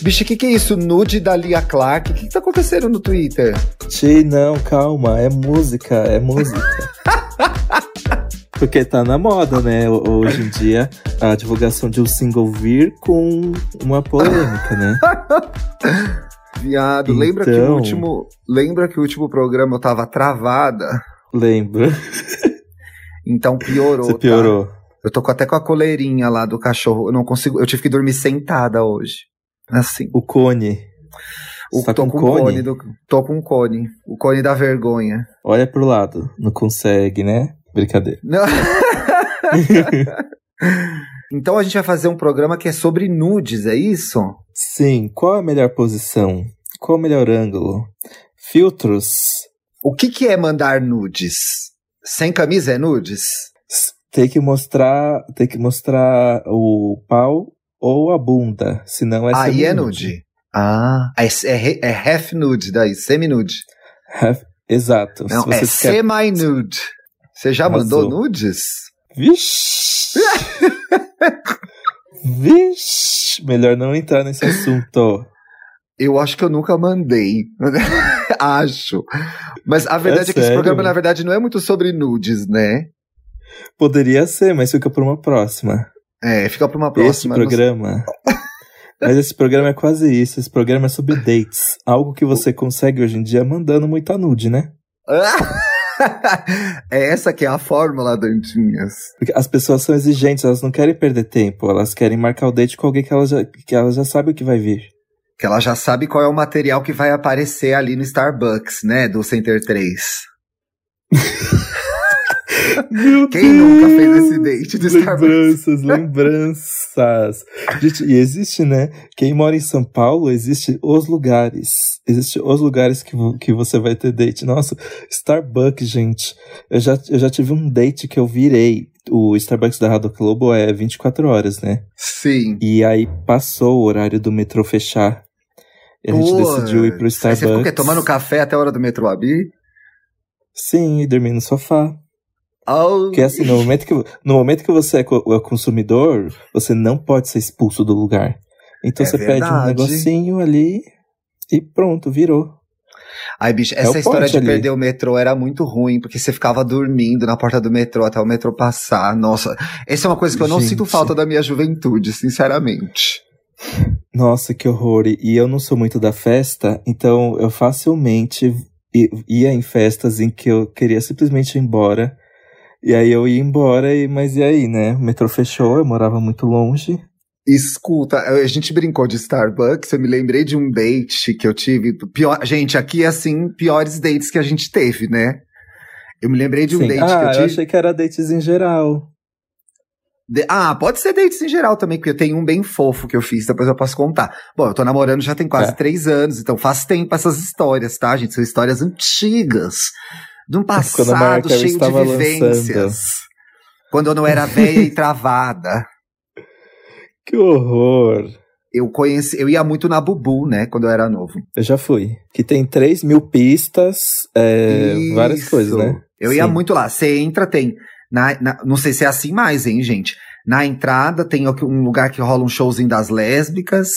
Bicho, o que é isso? Nude da Lia Clark? O que tá acontecendo no Twitter? Tchê, não, calma. É música, é música. Porque tá na moda, né? Hoje em dia, a divulgação de um single vir com uma polêmica, né? Viado, Então... lembra que o último programa eu tava travada? Lembra. Então piorou. Você piorou. Tá? Eu tô até com a coleirinha lá do cachorro. Eu não consigo. Eu tive que dormir sentada hoje. Assim. O cone. Tá tô com cone? Tô com cone. O cone da vergonha. Olha pro lado. Não consegue, né? Brincadeira. Não. Então a gente vai fazer um programa que é sobre nudes, é isso? Sim. Qual a melhor posição? Qual o melhor ângulo? Filtros. O que é mandar nudes? Sem camisa é nudes? Tem que mostrar o pau ou a bunda, senão é semi-nude. Aí é nude. É half nude daí, semi-nude. Exato. Não, é semi-nude. Você já mandou nudes? Vixe! Vixe! Melhor não entrar nesse assunto. Eu acho que eu nunca mandei. Acho. Mas a verdade é que sério? Esse programa, na verdade, não é muito sobre nudes, né? Poderia ser, mas fica pra uma próxima. Fica pra uma próxima. Esse programa... Mas esse programa é quase isso. Esse programa é sobre dates. Algo que você consegue hoje em dia mandando muita nude, né? É essa que é a fórmula, Dantinhas. Porque as pessoas são exigentes, elas não querem perder tempo. Elas querem marcar o date com alguém que ela já sabe o que vai vir. Que ela já sabe qual é o material que vai aparecer ali no Starbucks, né? Do Center 3. Quem nunca fez esse date do Starbucks? Lembranças. Gente, e existe, né? Quem mora em São Paulo, existe os lugares. Existe os lugares que você vai ter date. Nossa, Starbucks, gente. Eu já tive um date que eu virei. O Starbucks da Rádio Globo é 24 horas, né? Sim. E aí passou o horário do metrô fechar. E a gente decidiu ir pro Starbucks. Você ficou o quê? Tomando café até a hora do metrô abrir? Sim, e dormir no sofá. Oh. Porque assim, no momento que você é consumidor, você não pode ser expulso do lugar. Então você pede um negocinho ali e pronto, virou. Ai, bicho, essa história de perder o metrô era muito ruim, porque você ficava dormindo na porta do metrô até o metrô passar. Nossa, essa é uma coisa que eu não sinto falta da minha juventude, sinceramente. Nossa, que horror. E eu não sou muito da festa, então eu facilmente ia em festas em que eu queria simplesmente ir embora. E aí eu ia embora, mas e aí, né? O metrô fechou, eu morava muito longe. Escuta, a gente brincou de Starbucks, eu me lembrei de um date que eu tive. Gente, aqui é assim, piores dates que a gente teve, né? Eu me lembrei de um date que eu tive. Eu achei que era dates em geral. Pode ser dates em geral também, porque eu tenho um bem fofo que eu fiz, depois eu posso contar. Bom, eu tô namorando já tem quase 3 anos, então faz tempo essas histórias, tá, gente? São histórias antigas, de um passado cheio de vivências. Lançando. Quando eu não era velha e travada. Que horror! Eu ia muito na Bubu, né, quando eu era novo. Eu já fui. Que tem 3.000 pistas, várias coisas, né? Eu ia muito lá. Você entra, tem... não sei se é assim mais, hein, gente? Na entrada tem um lugar que rola um showzinho das lésbicas.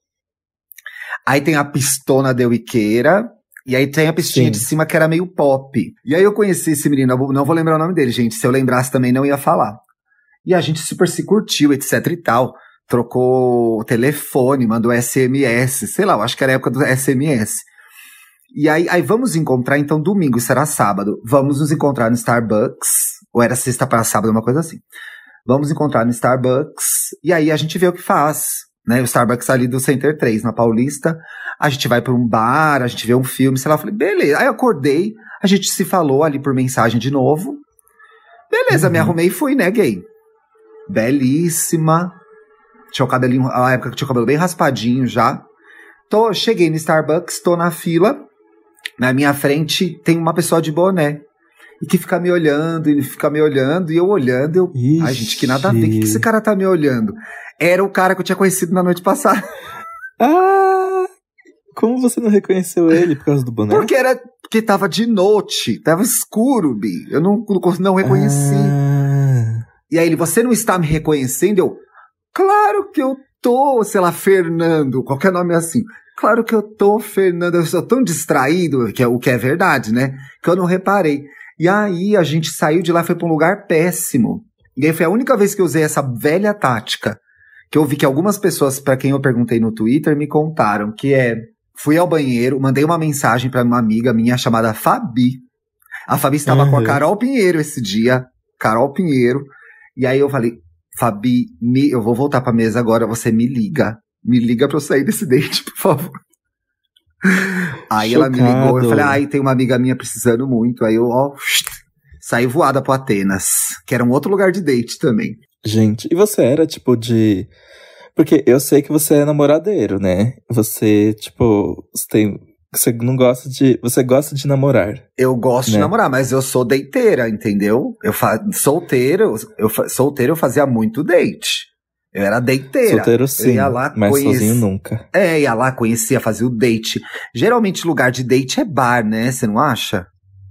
Aí tem a pistona de Iqueira. E aí tem a pistinha de cima que era meio pop. E aí eu conheci esse menino, não vou lembrar o nome dele, gente. Se eu lembrasse também não ia falar. E a gente super se curtiu, etc e tal. Trocou o telefone, mandou SMS. Sei lá, eu acho que era a época do SMS. E aí vamos encontrar, então, domingo, isso era sábado. Vamos nos encontrar no Starbucks. Ou era sexta para sábado, uma coisa assim. Vamos encontrar no Starbucks. E aí a gente vê o que faz. Né? O Starbucks ali do Center 3, na Paulista. A gente vai para um bar, a gente vê um filme, sei lá. Eu falei, beleza. Aí eu acordei, a gente se falou ali por mensagem de novo. Beleza, me arrumei e fui, né, gay? Belíssima. Tinha o cabelinho, a época que tinha o cabelo bem raspadinho já. Cheguei no Starbucks, tô na fila. Na minha frente tem uma pessoa de boné. E que fica me olhando, e eu olhando, ai, gente, que nada a ver, que esse cara tá me olhando? Era o cara que eu tinha conhecido na noite passada. Como você não reconheceu ele por causa do boné? Porque tava de noite, tava escuro, Bi. Eu não reconheci. E aí ele, você não está me reconhecendo? Eu, claro que eu tô, sei lá, Fernando, qualquer nome assim. Claro que eu tô, Fernando, eu sou tão distraído, que é o que é verdade, né? Que eu não reparei. E aí a gente saiu de lá, foi pra um lugar péssimo. E aí foi a única vez que eu usei essa velha tática, que eu vi que algumas pessoas, pra quem eu perguntei no Twitter, me contaram, que é, fui ao banheiro, mandei uma mensagem pra uma amiga minha chamada Fabi. A Fabi estava com a Carol Pinheiro esse dia, Carol Pinheiro, e aí eu falei, Fabi, eu vou voltar pra mesa agora, você me liga pra eu sair desse date, por favor. Aí Chocado. ela me ligou, eu falei, ai, tem uma amiga minha precisando muito, aí eu, saí voada pro Atenas, que era um outro lugar de date também. Gente, e você era tipo de... Porque eu sei que você é namoradeiro, né? Você, tipo, você não gosta de... Você gosta de namorar. Eu gosto de namorar, mas eu sou dateira, entendeu? Solteiro, eu fazia muito date. Eu era dateira. Solteiro sim, eu ia lá, mas sozinho nunca. Ia lá, conhecia, fazia o date. Geralmente lugar de date é bar, né? Você não acha?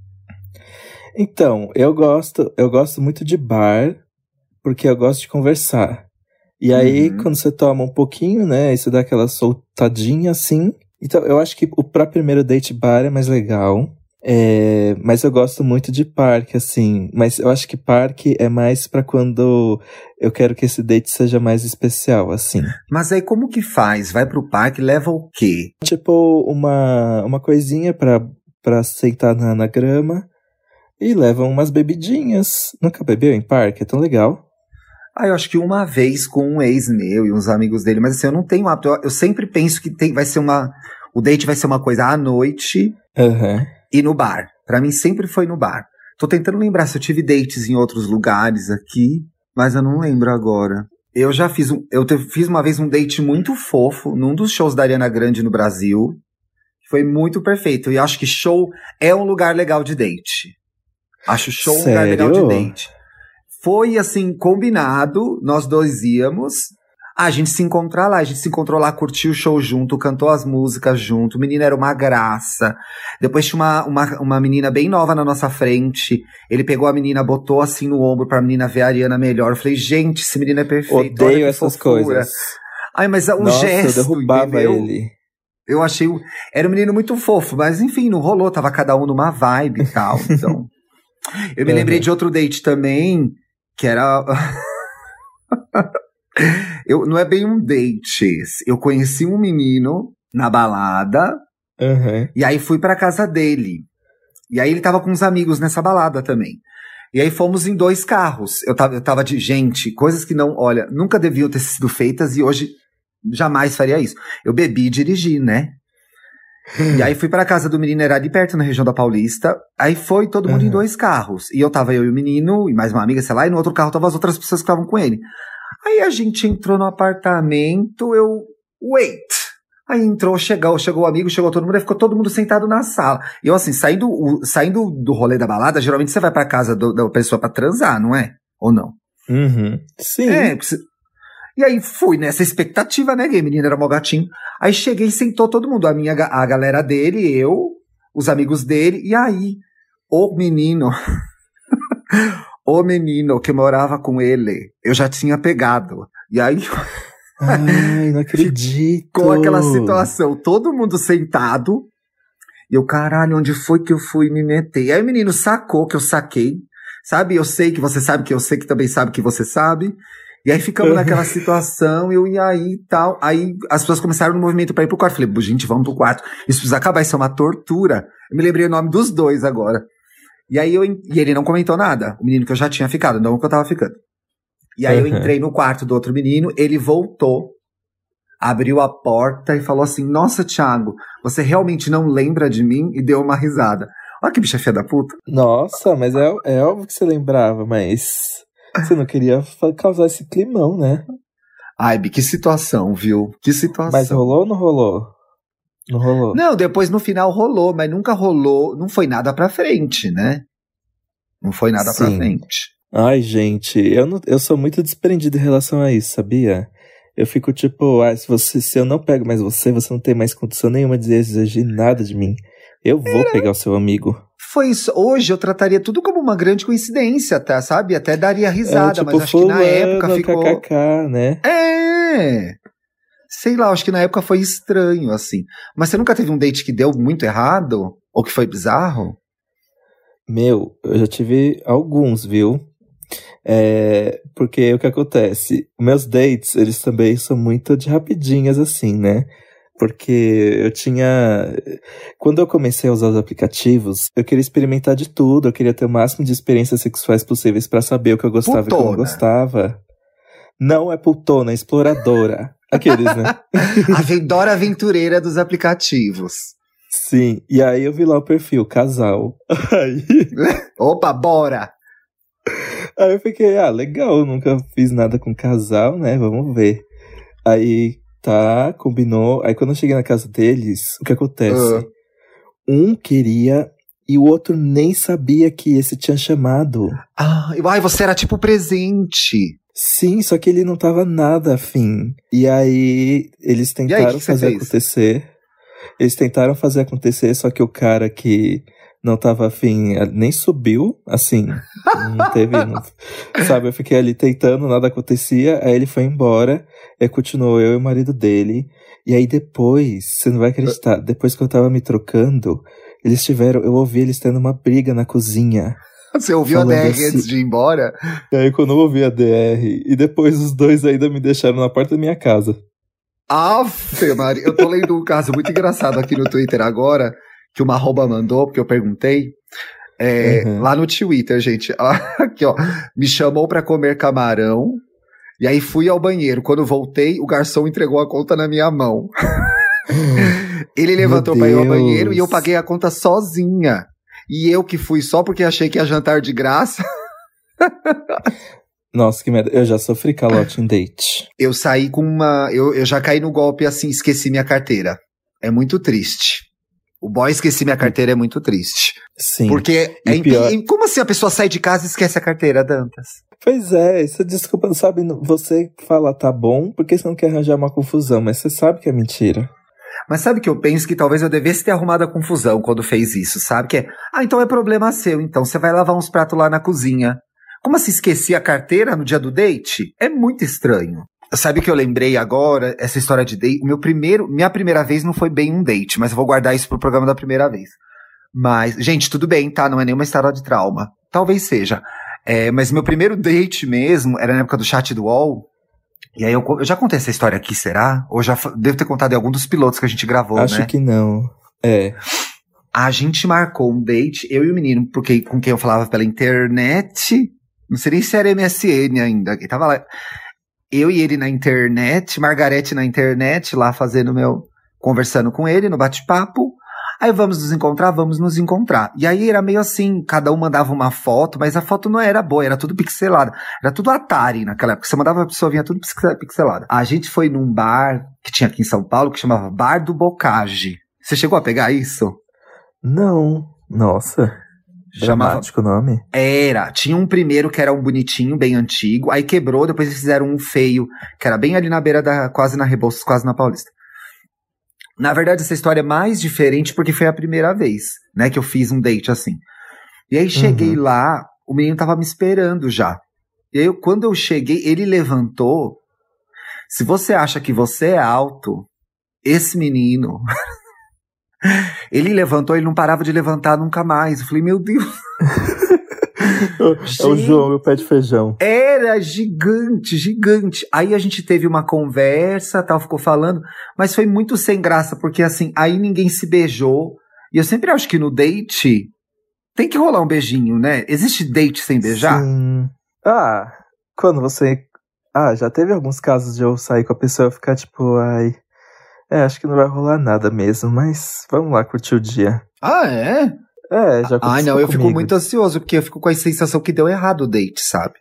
Então, eu gosto muito de bar, porque eu gosto de conversar. E aí, quando você toma um pouquinho, né, aí você dá aquela soltadinha assim. Então, eu acho que pra primeiro date bar é mais legal. Mas eu gosto muito de parque, assim. Mas eu acho que parque é mais pra quando eu quero que esse date seja mais especial, assim. Mas aí como que faz? Vai pro parque, leva o quê? Tipo, uma coisinha pra sentar na grama. E leva umas bebidinhas. Nunca bebeu em parque? É tão legal. Eu acho que uma vez com um ex meu e uns amigos dele, mas assim, eu não tenho hábito. Eu sempre penso que o date vai ser uma coisa à noite e no bar. Pra mim sempre foi no bar. Tô tentando lembrar se eu tive dates em outros lugares aqui, mas eu não lembro agora. Eu já fiz uma vez um date muito fofo num dos shows da Ariana Grande no Brasil. Foi muito perfeito. E acho que show é um lugar legal de date. Acho show um lugar legal de date. Foi, assim, combinado, nós dois íamos. A gente se encontrou lá, curtiu o show junto, cantou as músicas junto. O menino era uma graça. Depois tinha uma menina bem nova na nossa frente. Ele pegou a menina, botou assim no ombro pra menina ver a Ariana melhor. Eu falei, gente, esse menino é perfeito. Odeio essas coisas. Ai, mas o gesto, eu derrubava entendeu? ele. Eu achei... Era um menino muito fofo, mas enfim, não rolou. Tava cada um numa vibe e tal, então... Eu me lembrei de outro date também, que era... não é bem um date. Eu conheci um menino na balada, e aí fui pra casa dele. E aí ele tava com uns amigos nessa balada também. E aí fomos em 2 carros. Eu tava de gente, coisas que não, olha, nunca deviam ter sido feitas e hoje jamais faria isso. Eu bebi e dirigi, né? E aí fui pra casa do menino, era ali perto na região da Paulista. Aí foi todo mundo em 2 carros. E eu e o menino, e mais uma amiga, sei lá, e no outro carro tava as outras pessoas que estavam com ele. Aí a gente entrou no apartamento, wait. Aí chegou o amigo, chegou todo mundo, aí ficou todo mundo sentado na sala. E eu assim, saindo do rolê da balada, geralmente você vai pra casa da pessoa pra transar, não é? Ou não? Sim. E aí fui nessa expectativa, né, que a menina era mó gatinho. Aí cheguei e sentou todo mundo, a galera dele, eu, os amigos dele, e aí, o menino que morava com ele, eu já tinha pegado. E aí... Ai, não acredito. Com aquela situação, todo mundo sentado, e eu, caralho, onde foi que eu fui me meter? E aí o menino sacou que eu saquei, sabe? Eu sei que você sabe que eu sei que também sabe que você sabe. E aí ficamos naquela situação, e aí e tal. Aí as pessoas começaram no movimento pra ir pro quarto. Falei, gente, vamos pro quarto. Isso precisa acabar, isso é uma tortura. Eu me lembrei o nome dos 2 agora. E aí e ele não comentou nada. O menino que eu já tinha ficado, não o que eu tava ficando. E aí eu entrei no quarto do outro menino, ele voltou, abriu a porta e falou assim, nossa, Thiago, você realmente não lembra de mim? E deu uma risada. Olha que bicha filha da puta. Nossa, mas é óbvio que você lembrava, mas... Você não queria causar esse climão, né? Ai, Bi, que situação, viu? Que situação. Mas rolou ou não rolou? Não rolou? Não, depois no final rolou, mas nunca rolou, não foi nada pra frente, né? Não foi nada pra frente. Ai, gente, eu sou muito desprendido em relação a isso, sabia? Eu fico tipo, se eu não pego mais você não tem mais condição nenhuma de exigir nada de mim. Eu vou pegar o seu amigo. Foi isso. Hoje eu trataria tudo como uma grande coincidência, tá? Sabe? Até daria risada, tipo, mas acho que na época ficou... KKK, né? Sei lá, acho que na época foi estranho, assim. Mas você nunca teve um date que deu muito errado? Ou que foi bizarro? Meu, eu já tive alguns, viu? Porque o que acontece? Meus dates, eles também são muito de rapidinhas, assim, né? Porque eu tinha. Quando eu comecei a usar os aplicativos, eu queria experimentar de tudo, eu queria ter o máximo de experiências sexuais possíveis pra saber o que eu gostava e o que eu não gostava. Não é putona, é exploradora. Aqueles, né? A Vendora aventureira dos aplicativos. Sim, e aí eu vi lá o perfil, casal. Aí, Opa, bora! aí eu fiquei, legal, eu nunca fiz nada com casal, né? Vamos ver. Aí, tá, combinou. Aí quando eu cheguei na casa deles, o que acontece? Um queria e o outro nem sabia que esse tinha chamado. Ai, você era tipo presente. Sim, só que ele não tava nada afim. E aí, eles tentaram fazer acontecer. Eles tentaram fazer acontecer, só que o cara que não tava afim nem subiu, assim. Não teve. Sabe, eu fiquei ali tentando, nada acontecia. Aí ele foi embora. Aí continuou eu e o marido dele. E aí depois, você não vai acreditar, depois que eu tava me trocando, eu ouvi eles tendo uma briga na cozinha. Você ouviu a DR assim, antes de ir embora? E aí quando eu ouvi a DR, e depois os dois ainda me deixaram na porta da minha casa. Aff, Maria, eu tô lendo um caso muito engraçado aqui no Twitter agora, que uma arroba mandou, porque eu perguntei. Lá no Twitter, gente. Aqui, ó. Me chamou pra comer camarão. E aí fui ao banheiro. Quando voltei, o garçom entregou a conta na minha mão. Ele levantou pra ir ao banheiro e eu paguei a conta sozinha. E eu que fui só porque achei que ia jantar de graça. Nossa, que merda. Eu já sofri calote em date. Eu saí com uma... Eu já caí no golpe assim, esqueci minha carteira. É muito triste. O boy esqueci minha carteira é muito triste. Sim. Porque como assim a pessoa sai de casa e esquece a carteira, Dantas? Pois é, isso desculpa, sabe? Você fala tá bom porque você não quer arranjar uma confusão, mas você sabe que é mentira. Mas sabe que eu penso que talvez eu devesse ter arrumado a confusão quando fez isso, sabe? Que então é problema seu, então você vai lavar uns pratos lá na cozinha. Como assim esqueci a carteira no dia do date? É muito estranho. Sabe o que eu lembrei agora? Essa história de date. Minha primeira vez não foi bem um date, mas eu vou guardar isso pro programa da primeira vez. Mas, gente, tudo bem, tá? Não é nenhuma história de trauma. Talvez seja. Mas meu primeiro date mesmo era na época do chat do UOL. E aí eu já contei essa história aqui, será? Ou já devo ter contado em algum dos pilotos que a gente gravou, né? Acho que não. A gente marcou um date, eu e o menino, porque com quem eu falava pela internet. Não sei nem se era MSN ainda. Ele tava lá. Eu e ele na internet, Margarete na internet, lá conversando com ele no bate-papo. Aí vamos nos encontrar. E aí era meio assim, cada um mandava uma foto, mas a foto não era boa, era tudo pixelada. Era tudo Atari naquela época. Você mandava a pessoa, vinha tudo pixelada. A gente foi num bar que tinha aqui em São Paulo, que chamava Bar do Bocage. Você chegou a pegar isso? Não. Nossa. Dramático o nome? Tinha um primeiro que era um bonitinho, bem antigo, aí quebrou, depois eles fizeram um feio, que era bem ali na beira quase na Rebouças, quase na Paulista. Na verdade, essa história é mais diferente porque foi a primeira vez, né, que eu fiz um date assim. E aí cheguei lá, o menino tava me esperando já. E aí, quando eu cheguei, ele levantou. Se você acha que você é alto, esse menino... Ele levantou, ele não parava de levantar nunca mais. Eu falei, meu Deus. É o João, meu pé de feijão. Era gigante, gigante. Aí a gente teve uma conversa, tal, ficou falando, mas foi muito sem graça, porque assim, aí ninguém se beijou. E eu sempre acho que no date tem que rolar um beijinho, né? Existe date sem beijar? Sim. Quando você... já teve alguns casos de eu sair com a pessoa e ficar tipo, acho que não vai rolar nada mesmo, mas vamos lá curtir o dia. É? Já aconteceu não, eu comigo. fico muito ansioso, porque eu fico com a sensação que deu errado o date, sabe?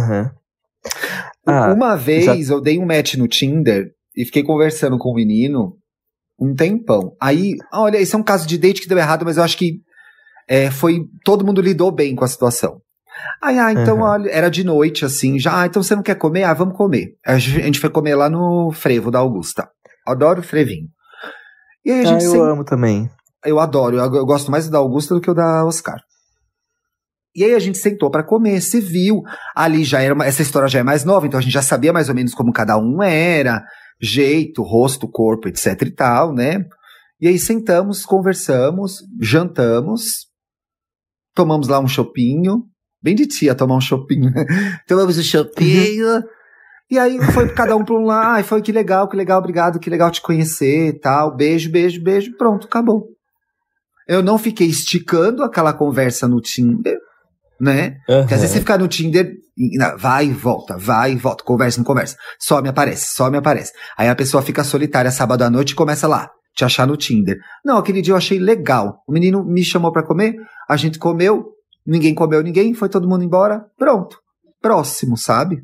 Uma vez eu dei um match no Tinder e fiquei conversando com um menino um tempão. Aí, olha, esse é um caso de date que deu errado, mas eu acho que todo mundo lidou bem com a situação. Então, olha, era de noite, assim, já, então você não quer comer? Vamos comer. A gente foi comer lá no Frevo da Augusta. Adoro frevinho. E aí eu amo também. Eu adoro, eu gosto mais da Augusta do que o da Oscar. E aí a gente sentou pra comer, se viu. Ali já era essa história já é mais nova, então a gente já sabia mais ou menos como cada um era. jeito, rosto, corpo, etc e tal, né? E aí sentamos, conversamos, jantamos, tomamos lá um chopinho, bem de tia tomar um chopinho, né? Tomamos um chopinho, e aí foi cada um para um lado, foi que legal, obrigado, que legal te conhecer e tal, beijo, beijo, beijo, pronto, acabou. Eu não fiquei esticando aquela conversa no Tinder, né? Porque às vezes você fica no Tinder, vai e volta, conversa, não conversa. Some e aparece. Aí a pessoa fica solitária sábado à noite e começa lá, te achar no Tinder. Não, aquele dia eu achei legal. O menino me chamou pra comer, a gente comeu, ninguém comeu ninguém, foi todo mundo embora, pronto. Próximo, sabe?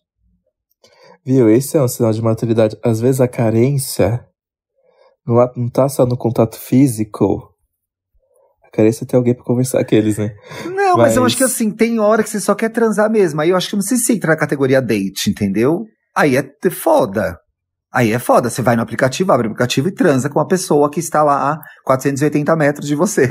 Viu? Esse é um sinal de maturidade. Às vezes a carência não tá só no contato físico. A carência é ter alguém pra conversar, aqueles, né? Não, mas eu acho que assim, tem hora que você só quer transar mesmo. Aí eu acho que não sei se entra na categoria date, entendeu? Aí é foda. Você vai no aplicativo, abre o aplicativo e transa com a pessoa que está lá a 480 metros de você.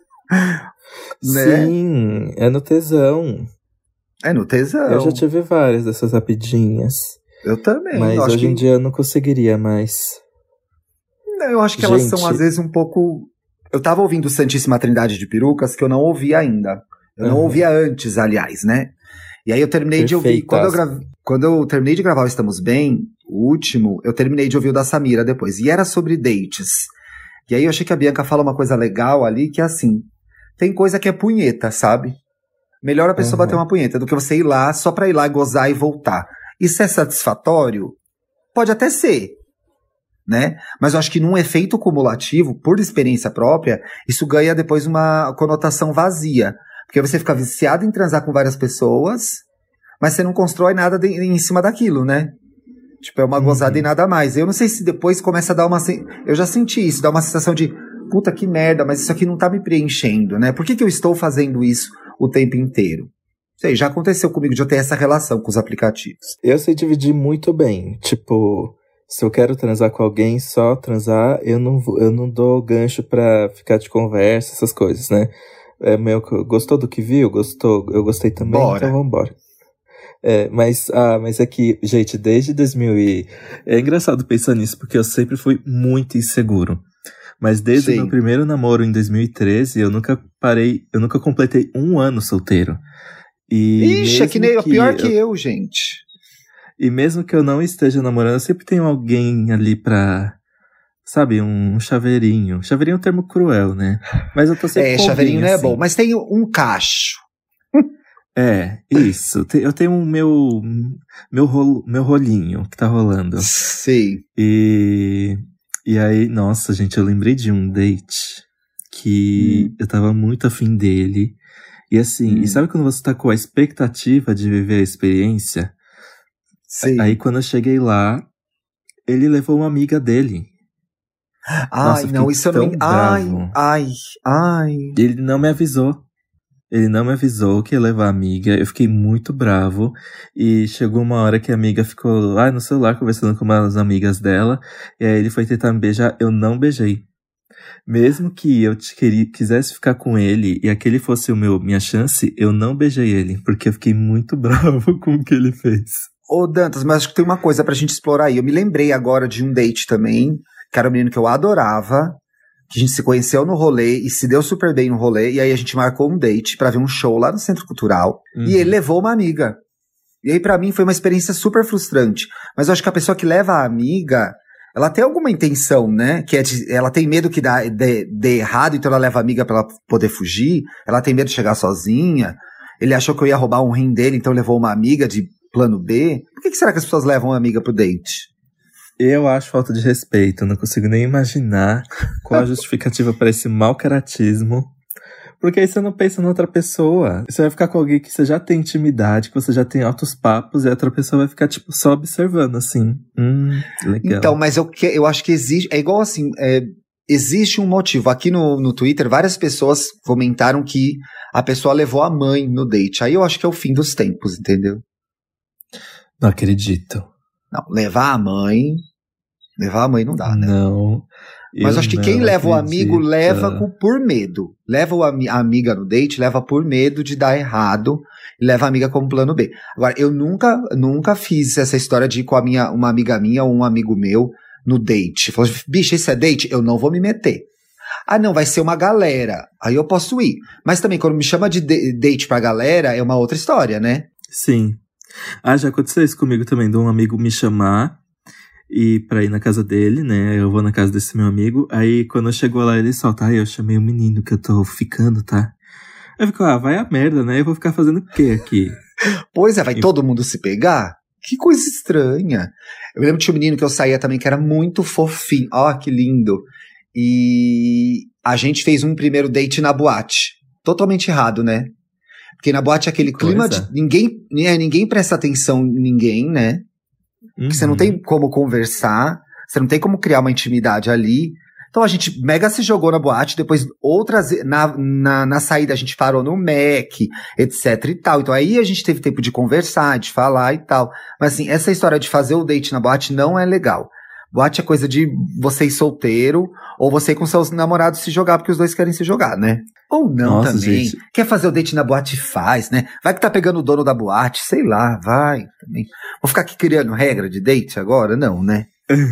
Né? Sim, é no tesão. É no tesão. Eu já tive várias dessas rapidinhas. Eu também. Mas hoje em dia eu não conseguiria mais. Não, eu acho que elas são às vezes um pouco... Eu tava ouvindo Santíssima Trindade de Perucas, que eu não ouvi ainda. Eu não ouvia antes, aliás, né? E aí eu terminei de ouvir... Quando eu terminei de gravar o Estamos Bem, o último, eu terminei de ouvir o da Samira depois. E era sobre dates. E aí eu achei que a Bianca fala uma coisa legal ali, que é assim... Tem coisa que é punheta, sabe? Melhor a pessoa bater uma punheta do que você ir lá só pra ir lá gozar e voltar. Isso é satisfatório? Pode até ser, né? Mas eu acho que num efeito cumulativo, por experiência própria, isso ganha depois uma conotação vazia. Porque você fica viciado em transar com várias pessoas, mas você não constrói nada em cima daquilo, né? Tipo, é uma gozada e nada mais. Eu não sei se depois começa a dar uma... Eu já senti isso, dá uma sensação de puta que merda, mas isso aqui não tá me preenchendo, né? Por que eu estou fazendo isso o tempo inteiro? Sei, já aconteceu comigo de eu ter essa relação com os aplicativos. Eu sei dividir muito bem. Tipo, se eu quero transar com alguém, só transar, eu não dou gancho pra ficar de conversa, essas coisas, né? Gostou do que viu? Gostou? Eu gostei também, então vambora. Mas é que, gente, desde 2000 e... É engraçado pensar nisso, porque eu sempre fui muito inseguro. Mas desde o meu primeiro namoro em 2013, eu nunca completei 1 ano solteiro. Ixi, é que nem pior que eu, gente. E mesmo que eu não esteja namorando, eu sempre tenho alguém ali pra... Sabe, um chaveirinho. Chaveirinho é um termo cruel, né? Mas eu tô sempre chaveirinho não é assim. bom. Mas tem um cacho. Isso. Eu tenho o meu rolinho que tá rolando. Sim. E aí, nossa, gente, eu lembrei de um date que eu tava muito afim dele. E assim, e sabe quando você tá com a expectativa de viver a experiência? Sim. Aí quando eu cheguei lá, ele levou uma amiga dele. Ai, não, isso eu não... Ai. Ele não me avisou. Ele não me avisou que ia levar a amiga. Eu fiquei muito bravo. E chegou uma hora que a amiga ficou lá no celular conversando com umas amigas dela. E aí ele foi tentar me beijar. Eu não beijei. Mesmo que eu quisesse ficar com ele e aquele fosse minha chance, eu não beijei ele. Porque eu fiquei muito bravo com o que ele fez. Ô, Dantas, mas acho que tem uma coisa pra gente explorar aí. Eu me lembrei agora de um date também, que era um menino que eu adorava, que a gente se conheceu no rolê e se deu super bem no rolê, e aí a gente marcou um date pra ver um show lá no Centro Cultural, e ele levou uma amiga. E aí pra mim foi uma experiência super frustrante. Mas eu acho que a pessoa que leva a amiga, ela tem alguma intenção, né? Que ela tem medo que dê errado, então ela leva a amiga pra ela poder fugir, ela tem medo de chegar sozinha, ele achou que eu ia roubar um rim dele, então levou uma amiga de plano B. Por que será que as pessoas levam uma amiga pro date? Eu acho falta de respeito. Eu não consigo nem imaginar qual a justificativa para esse mau caratismo. Porque aí você não pensa na outra pessoa. Você vai ficar com alguém que você já tem intimidade, que você já tem altos papos, e a outra pessoa vai ficar, tipo, só observando, assim. Legal. Então, mas eu acho que existe... É igual assim, existe um motivo. Aqui no Twitter, várias pessoas comentaram que a pessoa levou a mãe no date. Aí eu acho que é o fim dos tempos, entendeu? Não acredito. Não, levar a mãe não dá, né? Não. Mas acho que quem não leva o amigo acredito. leva por medo. Leva a amiga no date, leva por medo de dar errado. E leva a amiga como plano B. Agora, eu nunca fiz essa história de ir com uma amiga minha ou um amigo meu no date. Falou, bicho, esse é date? Eu não vou me meter. Ah, não, vai ser uma galera. Aí eu posso ir. Mas também, quando me chama de date pra galera, é uma outra história, né? Sim. Ah, já aconteceu isso comigo também, de um amigo me chamar e pra ir na casa dele, né? Eu vou na casa desse meu amigo. Aí, quando eu chego lá, ele solta, eu chamei o menino que eu tô ficando, tá? Eu fico, vai a merda, né? Eu vou ficar fazendo o quê aqui? Pois é, vai todo mundo se pegar? Que coisa estranha. Eu lembro que tinha um menino que eu saía também, que era muito fofinho. Ó, que lindo. E a gente fez um primeiro date na boate. Totalmente errado, né? Porque na boate é aquele clima de ninguém presta atenção em ninguém, né? Porque você não tem como conversar, você não tem como criar uma intimidade ali. Então a gente mega se jogou na boate, depois na saída a gente parou no Mac, etc e tal. Então aí a gente teve tempo de conversar, de falar e tal. Mas assim, essa história de fazer o date na boate não é legal. Boate é coisa de você ir solteiro, ou você ir com seus namorados se jogar, porque os dois querem se jogar, né? Ou não. Nossa, também. Gente. Quer fazer o date na boate? Faz, né? Vai que tá pegando o dono da boate, sei lá, vai. Também. Vou ficar aqui criando regra de date agora? Não, né?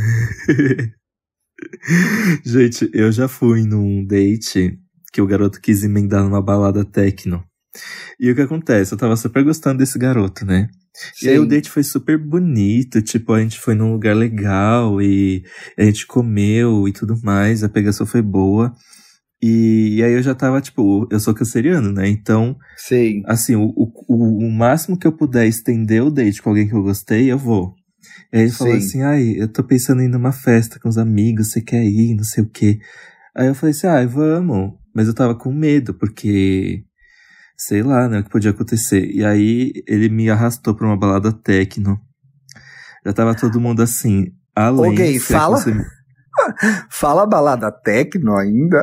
Gente, eu já fui num date que o garoto quis emendar numa balada techno. E o que acontece? Eu tava super gostando desse garoto, né? Sim. E aí o date foi super bonito, tipo, a gente foi num lugar legal e a gente comeu e tudo mais, a pegação foi boa. E aí eu já tava, tipo, eu sou canceriano, né? Então, sim. Assim, o máximo que eu puder estender o date com alguém que eu gostei, eu vou. E aí ele falou assim, eu tô pensando em ir numa festa com os amigos, você quer ir, não sei o quê. Aí eu falei assim, vamos. Mas eu tava com medo, porque... sei lá, né, o que podia acontecer. E aí, ele me arrastou pra uma balada techno. Já tava todo mundo assim, além... Ô, gay, fala... fala balada techno ainda?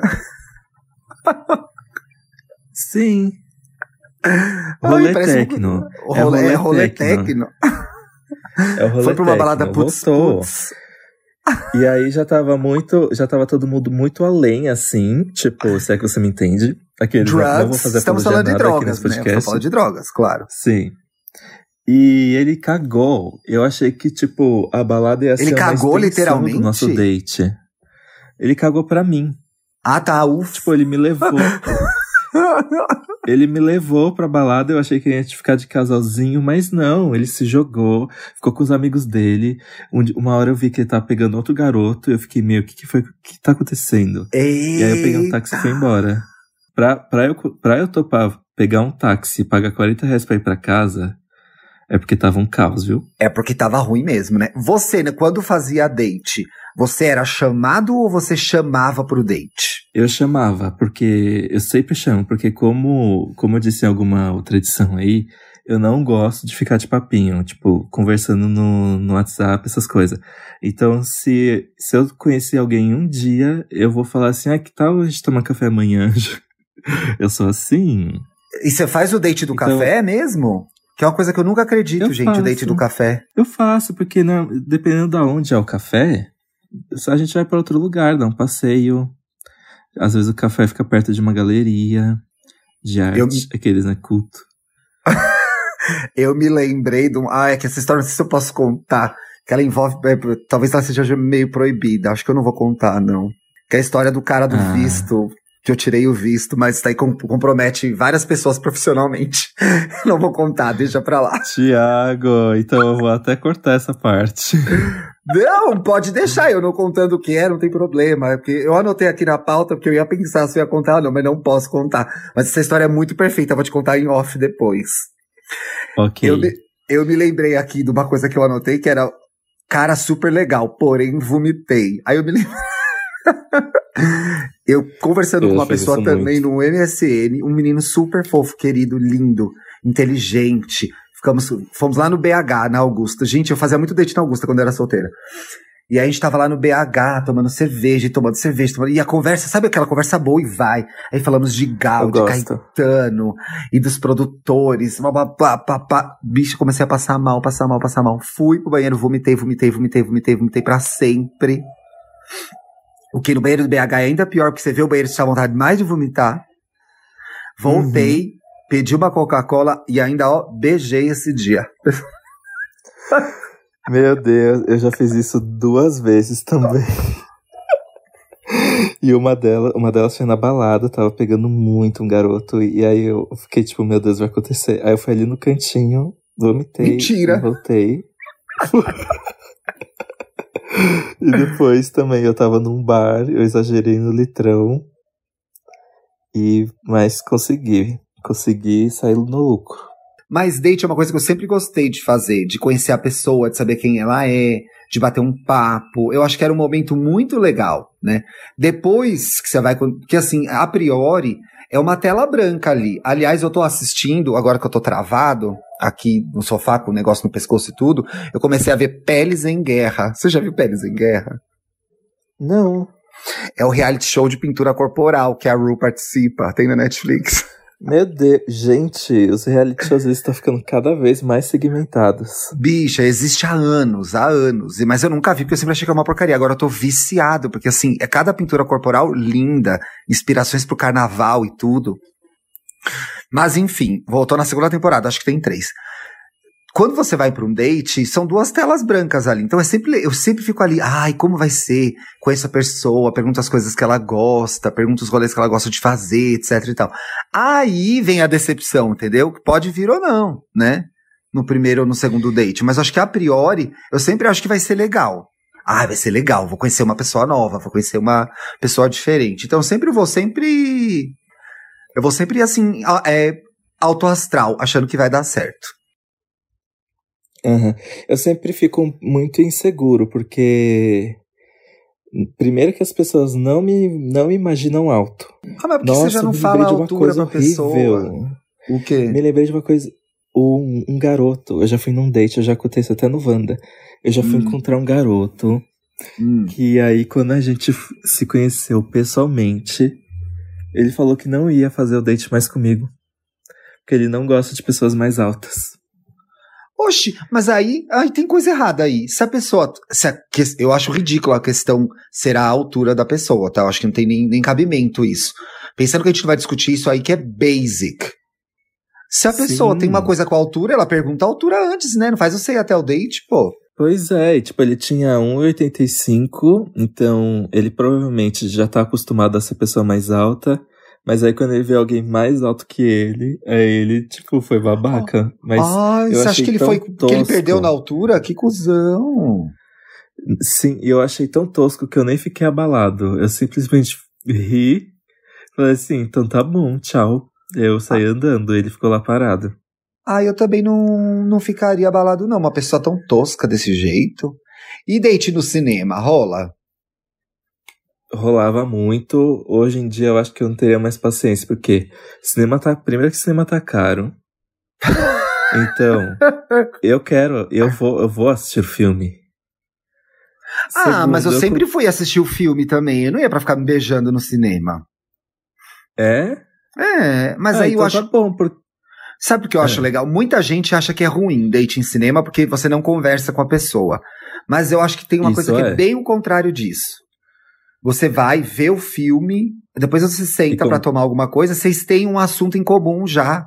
Sim. Rolê techno. Rolê techno. É o rolê foi pra uma techno. Balada putz. E aí já tava todo mundo muito além, assim, tipo, se é que você me entende. Aqueles, drugs, não vou fazer estamos falando de drogas, né? Estamos falando de drogas, claro. Sim. E ele cagou. Eu achei que, tipo, a balada ia ser uma extensão literalmente? Do nosso date. Ele cagou pra mim. Ah, tá, ufa. Tipo, ele me levou. Ele me levou pra balada, eu achei que ia ficar de casalzinho, mas não, ele se jogou, ficou com os amigos dele. Uma hora eu vi que ele tava pegando outro garoto, e eu fiquei meio, o que tá acontecendo? Eita. E aí eu peguei um táxi e fui embora. Pra eu topar pegar um táxi e pagar R$40 pra ir pra casa, é porque tava um caos, viu? É porque tava ruim mesmo, né? Você, né, quando fazia date, você era chamado ou você chamava pro date? Eu chamava, porque eu sempre chamo, porque como eu disse em alguma outra edição aí, eu não gosto de ficar de papinho, tipo, conversando no WhatsApp, essas coisas. Então, se eu conhecer alguém um dia, eu vou falar assim, que tal a gente tomar café amanhã? Eu sou assim. E você faz o date do café mesmo? Que é uma coisa que eu nunca acredito, gente, o date do café. Eu faço, porque dependendo de onde é o café, a gente vai para outro lugar, dá um passeio. Às vezes o café fica perto de uma galeria de arte, aqueles, né, culto. Eu me lembrei de é que essa história, não sei se eu posso contar, que ela envolve, talvez ela seja meio proibida, acho que eu não vou contar, não. Que é a história do cara do visto, que eu tirei o visto, mas isso daí compromete várias pessoas profissionalmente. Não vou contar, deixa pra lá. Tiago, então eu vou até cortar essa parte. Não, pode deixar, eu não contando o que é, não tem problema. Porque eu anotei aqui na pauta, porque eu ia pensar se eu ia contar ou não, mas não posso contar. Mas essa história é muito perfeita, eu vou te contar em off depois. Ok. Eu me lembrei aqui de uma coisa que eu anotei, que era cara super legal, porém vomitei. Aí eu me lembrei... Eu conversando com uma pessoa também no MSN, um menino super fofo, querido, lindo, inteligente. Fomos lá no BH, na Augusta. Gente, eu fazia muito date na Augusta quando eu era solteira. E aí a gente tava lá no BH, tomando cerveja. E a conversa, sabe aquela conversa boa e vai. Aí falamos de Gal, de Caetano e dos produtores. Bicho, comecei a passar mal. Fui pro banheiro, vomitei pra sempre. O que no banheiro do BH é ainda pior, porque você vê o banheiro e você dá vontade mais de vomitar. Voltei, pedi uma Coca-Cola e ainda, beijei esse dia. Meu Deus, eu já fiz isso 2 vezes também. E uma delas foi na balada, tava pegando muito um garoto. E aí eu fiquei tipo, meu Deus, vai acontecer. Aí eu fui ali no cantinho, vomitei. Mentira! Voltei. E depois também eu tava num bar, eu exagerei no litrão. Mas consegui sair no lucro. Mas date é uma coisa que eu sempre gostei de fazer, de conhecer a pessoa, de saber quem ela é, de bater um papo. Eu acho que era um momento muito legal, né? Depois que você vai... Porque assim, a priori, é uma tela branca ali. Aliás, eu tô assistindo, agora que eu tô travado, aqui no sofá com o negócio no pescoço e tudo, eu comecei a ver Peles em Guerra. Você já viu Peles em Guerra? Não. É o reality show de pintura corporal que a Ru participa, tem na Netflix. Meu Deus, gente, os reality shows estão ficando cada vez mais segmentados. Bicha, existe há anos, mas eu nunca vi porque eu sempre achei que era uma porcaria. Agora eu tô viciado, porque assim, é cada pintura corporal linda, inspirações pro carnaval e tudo. Mas enfim, voltou na segunda temporada, acho que tem 3. Quando você vai pra um date, são 2 telas brancas ali. Então eu sempre fico ali, como vai ser? Conheço a pessoa, pergunto as coisas que ela gosta, pergunto os rolês que ela gosta de fazer, etc e tal. Aí vem a decepção, entendeu? Pode vir ou não, né? No primeiro ou no segundo date. Mas acho que a priori, eu sempre acho que vai ser legal. Vai ser legal, vou conhecer uma pessoa nova, vou conhecer uma pessoa diferente. Então eu vou sempre assim, alto astral, achando que vai dar certo. Uhum. Eu sempre fico muito inseguro, porque primeiro que as pessoas não me imaginam alto. Mas porque você já não fala a altura da pessoa? O quê? Me lembrei de uma coisa, um garoto, eu já fui num date, eu já contei isso até no Wanda, eu já fui encontrar um garoto, que aí quando a gente se conheceu pessoalmente, ele falou que não ia fazer o date mais comigo, porque ele não gosta de pessoas mais altas. Oxi, mas aí tem coisa errada aí. Se a pessoa... eu acho ridículo a questão ser a altura da pessoa, tá? Eu acho que não tem nem cabimento isso. Pensando que a gente vai discutir isso aí que é basic. Se a pessoa tem uma coisa com a altura, ela pergunta a altura antes, né? Não faz você ir até o date, pô. Pois é, e, tipo, ele tinha 1,85, então ele provavelmente já tá acostumado a ser pessoa mais alta. Mas aí quando ele vê alguém mais alto que ele, aí ele, tipo, foi babaca. Mas você acha que ele que ele perdeu na altura? Que cuzão! Sim, e eu achei tão tosco que eu nem fiquei abalado. Eu simplesmente ri, falei assim, então tá bom, tchau. Eu saí andando, ele ficou lá parado. Eu também não ficaria abalado não, uma pessoa tão tosca desse jeito. E date no cinema, rola? Rolava muito. Hoje em dia eu acho que eu não teria mais paciência, porque primeiro que cinema tá caro. Então, eu vou assistir o filme. Segundo, mas eu sempre fui assistir o filme também. Eu não ia pra ficar me beijando no cinema. É? Mas aí então eu acho... tá bom, Sabe o que eu acho legal? Muita gente acha que é ruim date em cinema porque você não conversa com a pessoa. Mas eu acho que tem uma coisa que é bem o contrário disso. Você vai ver o filme, depois você senta pra tomar alguma coisa, vocês têm um assunto em comum já.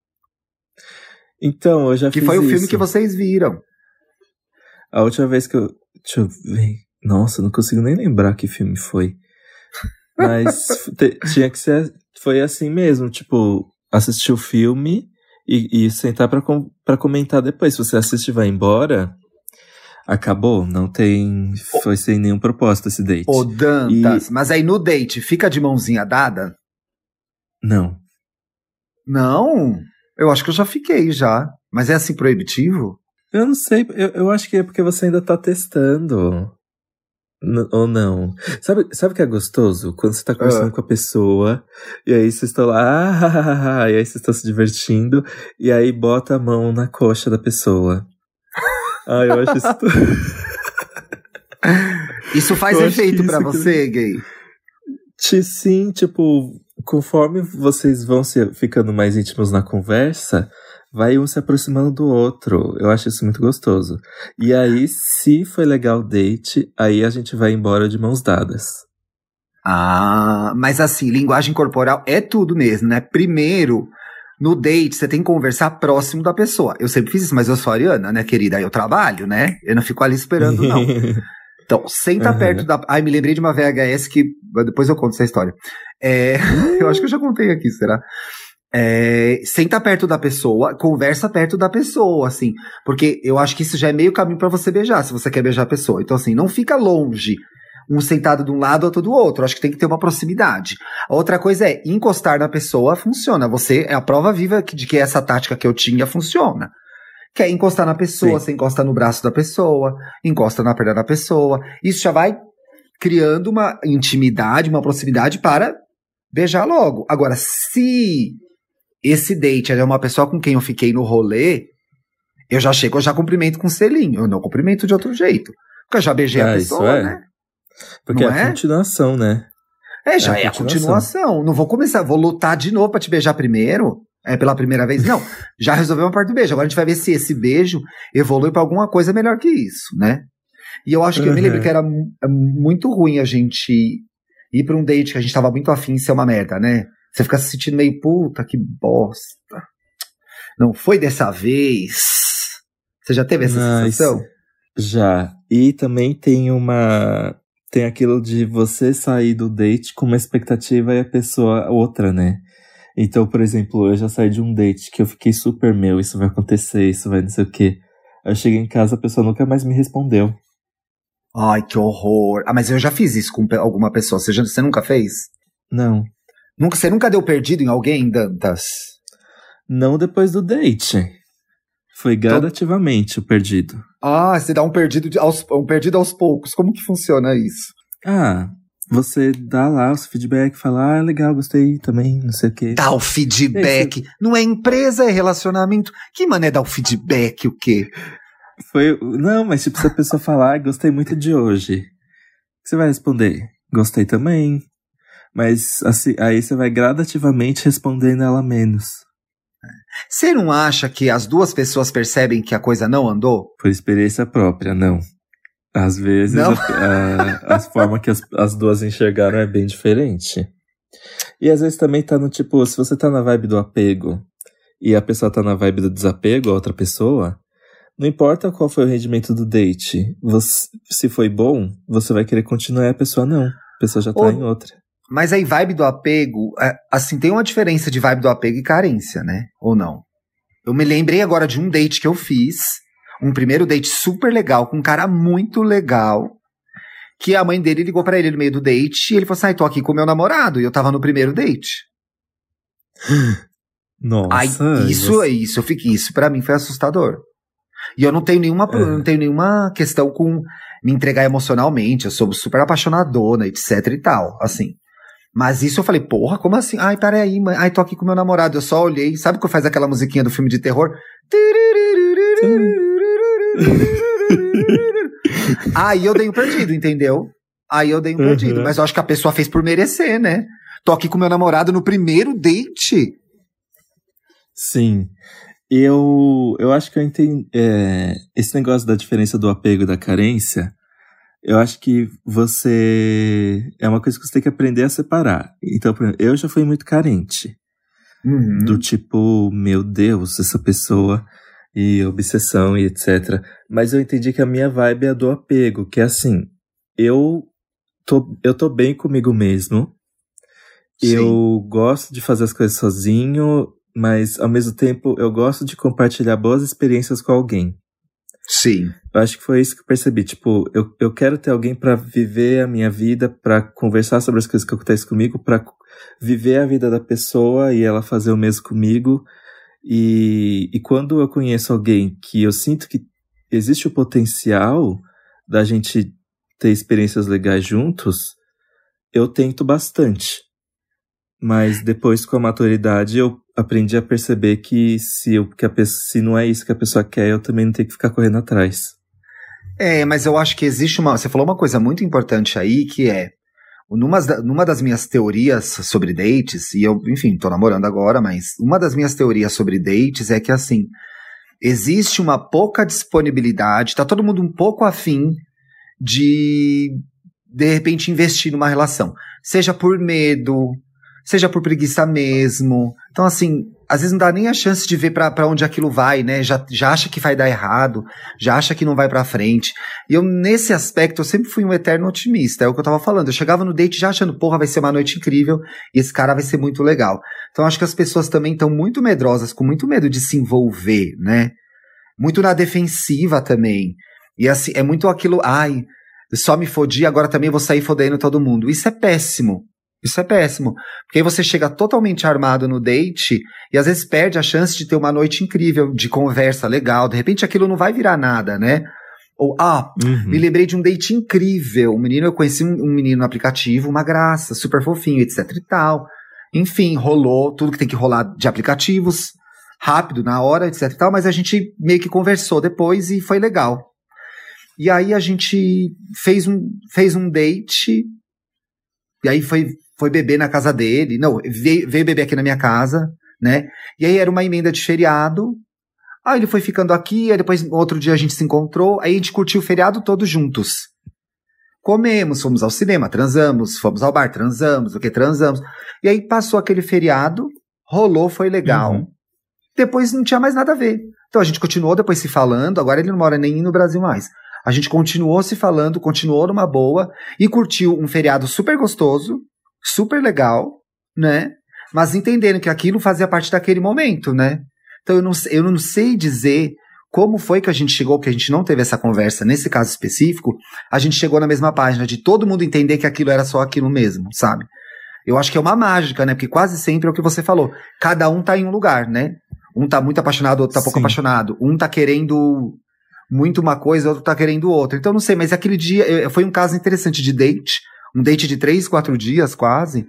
Então, eu já fiz isso. Que foi o filme que vocês viram. A última vez que eu... Deixa eu ver. Nossa, não consigo nem lembrar que filme foi. Mas tinha que ser... Foi assim mesmo, tipo, assistir o filme e sentar pra comentar depois. Se você assiste e vai embora... Acabou, não tem... Foi sem nenhum propósito esse date. Dantas, mas aí no date, fica de mãozinha dada? Não. Não? Eu acho que eu já fiquei já. Mas é assim proibitivo? Eu não sei, eu acho que é porque você ainda tá testando. Ou não. Sabe o que é gostoso? Quando você tá conversando com a pessoa, e aí vocês estão lá, e aí vocês estão se divertindo, e aí bota a mão na coxa da pessoa. Eu acho isso... Isso faz efeito pra você, gay? Sim, tipo, conforme vocês vão ficando mais íntimos na conversa, vai um se aproximando do outro. Eu acho isso muito gostoso. E aí, se foi legal o date, aí a gente vai embora de mãos dadas. Ah, mas assim, linguagem corporal é tudo mesmo, né? Primeiro, no date, você tem que conversar próximo da pessoa. Eu sempre fiz isso, mas eu sou ariana, né, querida? Eu trabalho, né? Eu não fico ali esperando, não. Então, senta perto da... Ai, me lembrei de uma VHS que... Depois eu conto essa história. Eu acho que eu já contei aqui, será? Senta perto da pessoa, conversa perto da pessoa, assim. Porque eu acho que isso já é meio caminho pra você beijar, se você quer beijar a pessoa. Então, assim, não fica longe. Um sentado de um lado, outro do outro. Acho que tem que ter uma proximidade. A outra coisa é, encostar na pessoa funciona. Você é a prova viva de que essa tática que eu tinha funciona. Que é encostar na pessoa, Sim. Você encosta no braço da pessoa, encosta na perna da pessoa. Isso já vai criando uma intimidade, uma proximidade para beijar logo. Agora, se esse date é uma pessoa com quem eu fiquei no rolê, eu já chego, eu já cumprimento com selinho. Eu não cumprimento de outro jeito. Porque eu já beijei a pessoa, né? Porque não é a continuação, né? Já é a continuação. Não vou começar, vou lutar de novo pra te beijar primeiro. Pela primeira vez. Não, já resolveu uma parte do beijo. Agora a gente vai ver se esse beijo evolui pra alguma coisa melhor que isso, né? E eu acho que eu me lembro que era muito ruim a gente ir pra um date que a gente tava muito afim de ser uma merda, né? Você fica se sentindo meio, puta, que bosta. Não foi dessa vez. Você já teve essa sensação? Já. E também tem aquilo de você sair do date com uma expectativa e a pessoa outra, né? Então, por exemplo, eu já saí de um date que eu fiquei super, isso vai acontecer, isso vai não sei o quê. Eu cheguei em casa, a pessoa nunca mais me respondeu. Ai, que horror. Ah, mas eu já fiz isso com alguma pessoa. Você nunca fez? Não. Você nunca deu perdido em alguém, Dantas? Não depois do date. Foi gradativamente o perdido. Ah, você dá um perdido aos poucos. Como que funciona isso? Você dá lá o feedback, fala, legal, gostei também, não sei o quê. Dá o feedback. Não é empresa, é relacionamento. Que mané dá o feedback, o quê? Não, mas tipo, se a pessoa falar, gostei muito de hoje, você vai responder, gostei também. Mas assim, aí você vai gradativamente respondendo ela menos. Você não acha que as duas pessoas percebem que a coisa não andou? Por experiência própria, não. Às vezes a forma que as duas enxergaram é bem diferente. E às vezes também tá no tipo, se você tá na vibe do apego e a pessoa tá na vibe do desapego, a outra pessoa, não importa qual foi o rendimento do date, se foi bom, você vai querer continuar e a pessoa não. A pessoa já tá em outra. Mas aí vibe do apego, assim, tem uma diferença de vibe do apego e carência, né? Ou não? Eu me lembrei agora de um date que eu fiz, um primeiro date super legal, com um cara muito legal, que a mãe dele ligou pra ele no meio do date e ele falou assim, tô aqui com meu namorado, e eu tava no primeiro date. Nossa. Isso pra mim foi assustador. E eu não tenho nenhuma questão com me entregar emocionalmente, eu sou super apaixonadona, etc e tal, assim. Mas isso eu falei, porra, como assim? Ai, peraí, mãe. Ai, tô aqui com meu namorado. Eu só olhei. Sabe quando faz aquela musiquinha do filme de terror? Aí eu dei um perdido, entendeu? Mas eu acho que a pessoa fez por merecer, né? Tô aqui com meu namorado no primeiro date. Sim. Eu acho que eu entendi. Esse negócio da diferença do apego e da carência, eu acho que é uma coisa que você tem que aprender a separar. Então, por exemplo, eu já fui muito carente. Uhum. Do tipo, meu Deus, essa pessoa, e obsessão e etc. Mas eu entendi que a minha vibe é a do apego, que é assim, eu tô bem comigo mesmo. Sim. Eu gosto de fazer as coisas sozinho, mas ao mesmo tempo eu gosto de compartilhar boas experiências com alguém. Sim. Eu acho que foi isso que eu percebi. Tipo, eu quero ter alguém pra viver a minha vida, pra conversar sobre as coisas que acontecem comigo, pra viver a vida da pessoa e ela fazer o mesmo comigo. E quando eu conheço alguém que eu sinto que existe o potencial da gente ter experiências legais juntos, eu tento bastante. Mas depois, com a maturidade, eu aprendi a perceber que se não é isso que a pessoa quer, eu também não tenho que ficar correndo atrás. Mas eu acho que existe você falou uma coisa muito importante aí, que é, numa das minhas teorias sobre dates, e eu, enfim, tô namorando agora, mas uma das minhas teorias sobre dates é que, assim, existe uma pouca disponibilidade, tá todo mundo um pouco afim de de repente, investir numa relação. Seja por medo, seja por preguiça mesmo. Então, assim, às vezes não dá nem a chance de ver pra onde aquilo vai, né? Já acha que vai dar errado, já acha que não vai pra frente. E eu, nesse aspecto, eu sempre fui um eterno otimista, é o que eu tava falando. Eu chegava no date já achando, porra, vai ser uma noite incrível, e esse cara vai ser muito legal. Então, acho que as pessoas também estão muito medrosas, com muito medo de se envolver, né? Muito na defensiva também. E assim, é muito aquilo, ai, só me fodi, agora também vou sair fodendo todo mundo. Isso é péssimo. Isso é péssimo. Porque aí você chega totalmente armado no date e às vezes perde a chance de ter uma noite incrível, de conversa legal. De repente aquilo não vai virar nada, né? Ou, me lembrei de um date incrível. Eu conheci um menino no aplicativo, uma graça, super fofinho, etc e tal. Enfim, rolou tudo que tem que rolar de aplicativos, rápido, na hora, etc e tal. Mas a gente meio que conversou depois e foi legal. E aí a gente fez um date, e aí foi beber na casa dele, não, veio beber aqui na minha casa, né, e aí era uma emenda de feriado, aí ele foi ficando aqui, aí depois outro dia a gente se encontrou, aí a gente curtiu o feriado todos juntos. Comemos, fomos ao cinema, transamos, fomos ao bar, transamos, transamos, e aí passou aquele feriado, rolou, foi legal, depois não tinha mais nada a ver. Então a gente continuou depois se falando, agora ele não mora nem no Brasil mais. A gente continuou se falando, continuou numa boa e curtiu um feriado super gostoso, super legal, né? Mas entendendo que aquilo fazia parte daquele momento, né? Então eu não sei dizer como foi que a gente chegou, porque a gente não teve essa conversa nesse caso específico, a gente chegou na mesma página de todo mundo entender que aquilo era só aquilo mesmo, sabe? Eu acho que é uma mágica, né? Porque quase sempre é o que você falou. Cada um tá em um lugar, né? Um tá muito apaixonado, outro tá pouco apaixonado. Um tá querendo muito uma coisa, outro tá querendo outra. Então, não sei, mas aquele dia foi um caso interessante de date, um date de 3, 4 dias quase,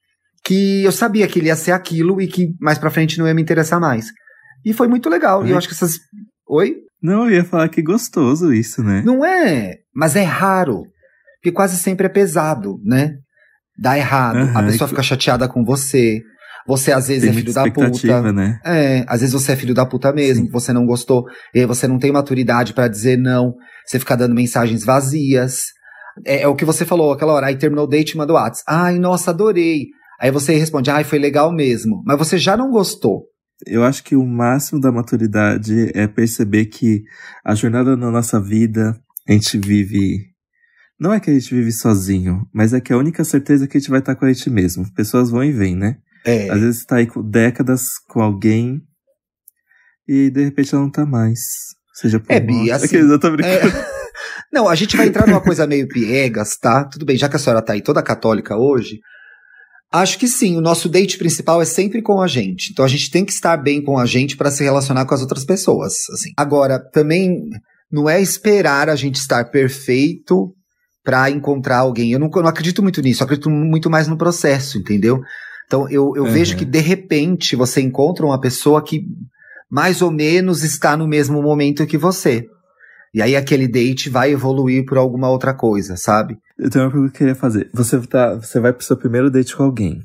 que eu sabia que ele ia ser aquilo e que mais pra frente não ia me interessar mais. E foi muito legal. E eu acho que essas... Oi? Não, eu ia falar que gostoso isso, né? Não é, mas é raro. Porque quase sempre é pesado, né? Dá errado, a pessoa fica chateada com você. Você às vezes é filho da puta. Né? Às vezes você é filho da puta mesmo, que você não gostou, e aí você não tem maturidade pra dizer não, você fica dando mensagens vazias. É o que você falou aquela hora, aí terminou o date e manda o WhatsApp. Ai, nossa, adorei. Aí você responde, ai, foi legal mesmo. Mas você já não gostou. Eu acho que o máximo da maturidade é perceber que a jornada na nossa vida, a gente vive... Não é que a gente vive sozinho, mas é que a única certeza é que a gente vai estar com a gente mesmo. Pessoas vão e vêm, né? Às vezes tá aí com décadas com alguém e de repente ela não tá mais. Seja por Bi, assim, eu tô brincando. Não, a gente vai entrar numa coisa meio piegas, tá? Tudo bem, já que a senhora tá aí toda católica hoje, acho que sim, o nosso date principal é sempre com a gente. Então a gente tem que estar bem com a gente pra se relacionar com as outras pessoas, assim. Agora, também não é esperar a gente estar perfeito pra encontrar alguém. Eu não acredito muito nisso, eu acredito muito mais no processo, entendeu? Então, eu vejo que, de repente, você encontra uma pessoa que mais ou menos está no mesmo momento que você. E aí, aquele date vai evoluir por alguma outra coisa, sabe? Eu tenho uma pergunta que eu queria fazer. Você vai pro seu primeiro date com alguém.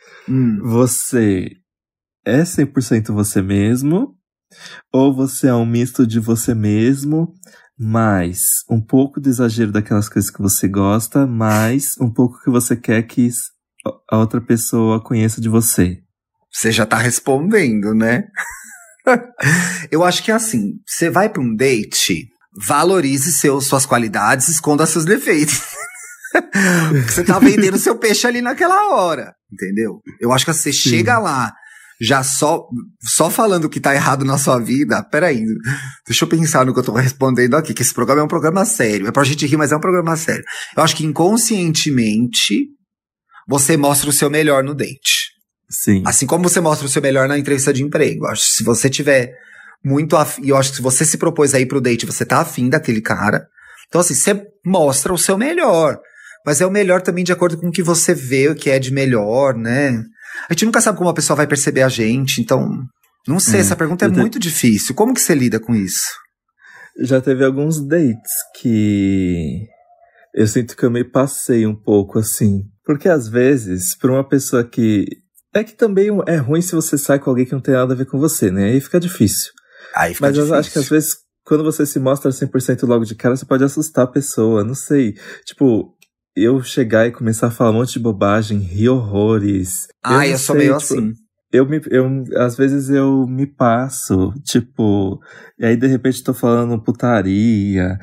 Você é 100% você mesmo? Ou você é um misto de você mesmo, mais um pouco de exagero daquelas coisas que você gosta, mais um pouco que você quer que a outra pessoa conheça de você? Você já tá respondendo, né? Eu acho que é assim, você vai pra um date, valorize suas qualidades, esconda seus defeitos. Você tá vendendo seu peixe ali naquela hora, entendeu? Eu acho que você chega lá, já só falando que tá errado na sua vida. Peraí, deixa eu pensar no que eu tô respondendo aqui, que esse programa é um programa sério. É pra gente rir, mas é um programa sério. Eu acho que inconscientemente você mostra o seu melhor no date. Sim. Assim como você mostra o seu melhor na entrevista de emprego. Eu acho que se você tiver muito afim, e eu acho que se você se propôs a ir pro date, você tá afim daquele cara. Então assim, você mostra o seu melhor. Mas é o melhor também de acordo com o que você vê, o que é de melhor, né? A gente nunca sabe como a pessoa vai perceber a gente, então... Não sei, essa pergunta é muito difícil. Como que você lida com isso? Já teve alguns dates que... eu sinto que eu me passei um pouco, assim. Porque às vezes, pra uma pessoa que... é que também é ruim se você sai com alguém que não tem nada a ver com você, né? Aí fica difícil. Mas eu acho que às vezes, quando você se mostra 100% logo de cara, você pode assustar a pessoa, não sei. Tipo, eu chegar e começar a falar um monte de bobagem, rir horrores. Eu sou meio assim. Às vezes eu me passo, tipo, e aí de repente tô falando putaria,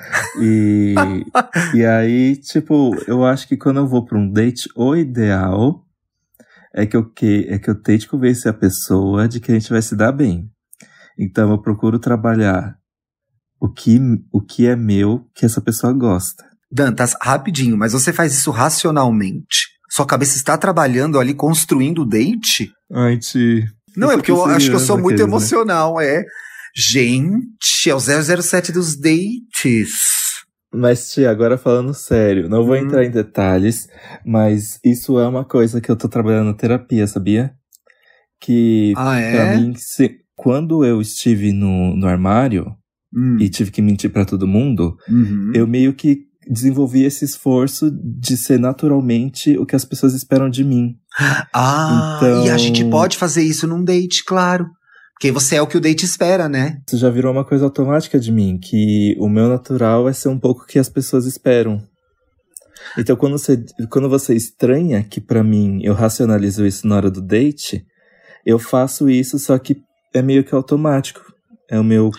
e aí, tipo, eu acho que quando eu vou pra um date, o ideal é que eu tente convencer a pessoa de que a gente vai se dar bem. Então eu procuro trabalhar o que é meu, que essa pessoa gosta. Dantas, rapidinho, mas você faz isso racionalmente? Sua cabeça está trabalhando ali, construindo o date? Ai, Ti. Não, é porque eu acho que eu sou muito emocional, né? Gente, é o 007 dos dates. Mas, Tia, agora falando sério, não vou entrar em detalhes, mas isso é uma coisa que eu tô trabalhando na terapia, sabia? Que, pra mim, quando eu estive no armário e tive que mentir pra todo mundo, eu meio que desenvolvi esse esforço de ser naturalmente o que as pessoas esperam de mim. Então, e a gente pode fazer isso num date, claro. Porque você é o que o date espera, né? Isso já virou uma coisa automática de mim, que o meu natural é ser um pouco o que as pessoas esperam. Então, quando você estranha que pra mim eu racionalizo isso na hora do date, eu faço isso, só que é meio que automático. É o meu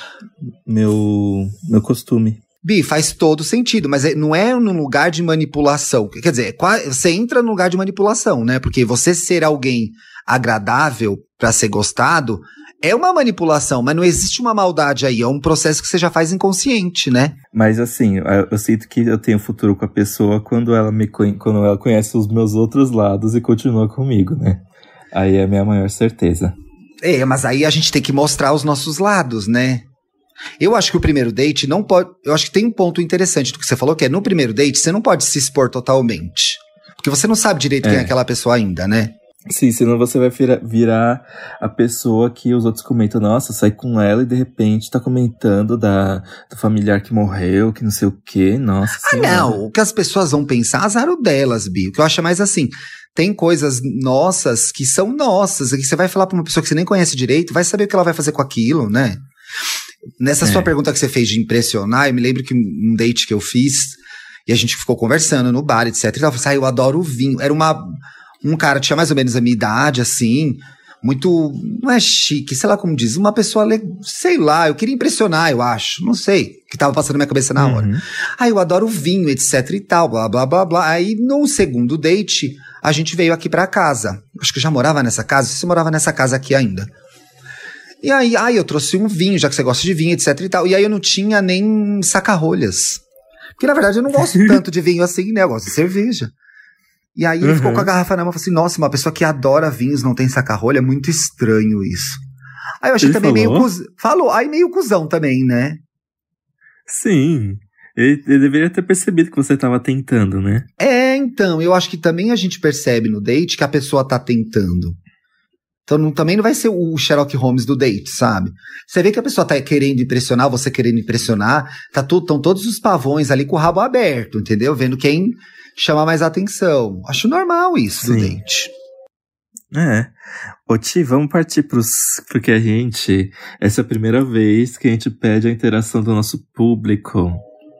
costume. Bi, faz todo sentido, mas não é num lugar de manipulação. Quer dizer, você entra num lugar de manipulação, né? Porque você ser alguém agradável pra ser gostado é uma manipulação, mas não existe uma maldade aí. É um processo que você já faz inconsciente, né? Mas assim, eu sinto que eu tenho futuro com a pessoa quando ela conhece os meus outros lados e continua comigo, né? Aí é a minha maior certeza. Mas aí a gente tem que mostrar os nossos lados, né? Eu acho que o primeiro date não pode... Eu acho que tem um ponto interessante do que você falou, que é no primeiro date você não pode se expor totalmente. Porque você não sabe direito quem é aquela pessoa ainda, né? Sim, senão você vai virar a pessoa que os outros comentam, nossa, sai com ela e de repente tá comentando do familiar que morreu, que não sei o quê, nossa senhora. Não, o que as pessoas vão pensar, azar o delas, Bi. O que eu acho é mais assim, tem coisas nossas que são nossas, e que você vai falar pra uma pessoa que você nem conhece direito, vai saber o que ela vai fazer com aquilo, né? Nessa sua pergunta que você fez de impressionar, eu me lembro que um date que eu fiz, e a gente ficou conversando no bar, etc. E ela falou assim, eu adoro vinho. Era um cara que tinha mais ou menos a minha idade, assim, muito, não é chique, sei lá como diz, uma pessoa, sei lá, eu queria impressionar, eu acho, não sei, que tava passando na minha cabeça na hora. Eu adoro vinho, etc e tal, blá, blá, blá, blá. Aí, no segundo date, a gente veio aqui pra casa. Acho que eu já morava nessa casa, você morava nessa casa aqui ainda. E aí, eu trouxe um vinho, já que você gosta de vinho, etc e tal. E aí eu não tinha nem saca-rolhas. Porque, na verdade, eu não gosto tanto de vinho assim, né? Eu gosto de cerveja. E aí ele ficou com a garrafa na mão e falou assim, nossa, uma pessoa que adora vinhos não tem saca-rolha, é muito estranho isso. Aí eu achei ele também meio cuzão. Falou, aí meio cuzão também, né? Sim. Ele deveria ter percebido que você tava tentando, né? Então, eu acho que também a gente percebe no date que a pessoa tá tentando. Então também não vai ser o Sherlock Holmes do date, sabe? Você vê que a pessoa tá querendo impressionar, você querendo impressionar, tão todos os pavões ali com o rabo aberto, entendeu? Vendo quem chama mais atenção. Acho normal isso do date. Ô Ti, vamos partir porque essa é a primeira vez que a gente pede a interação do nosso público.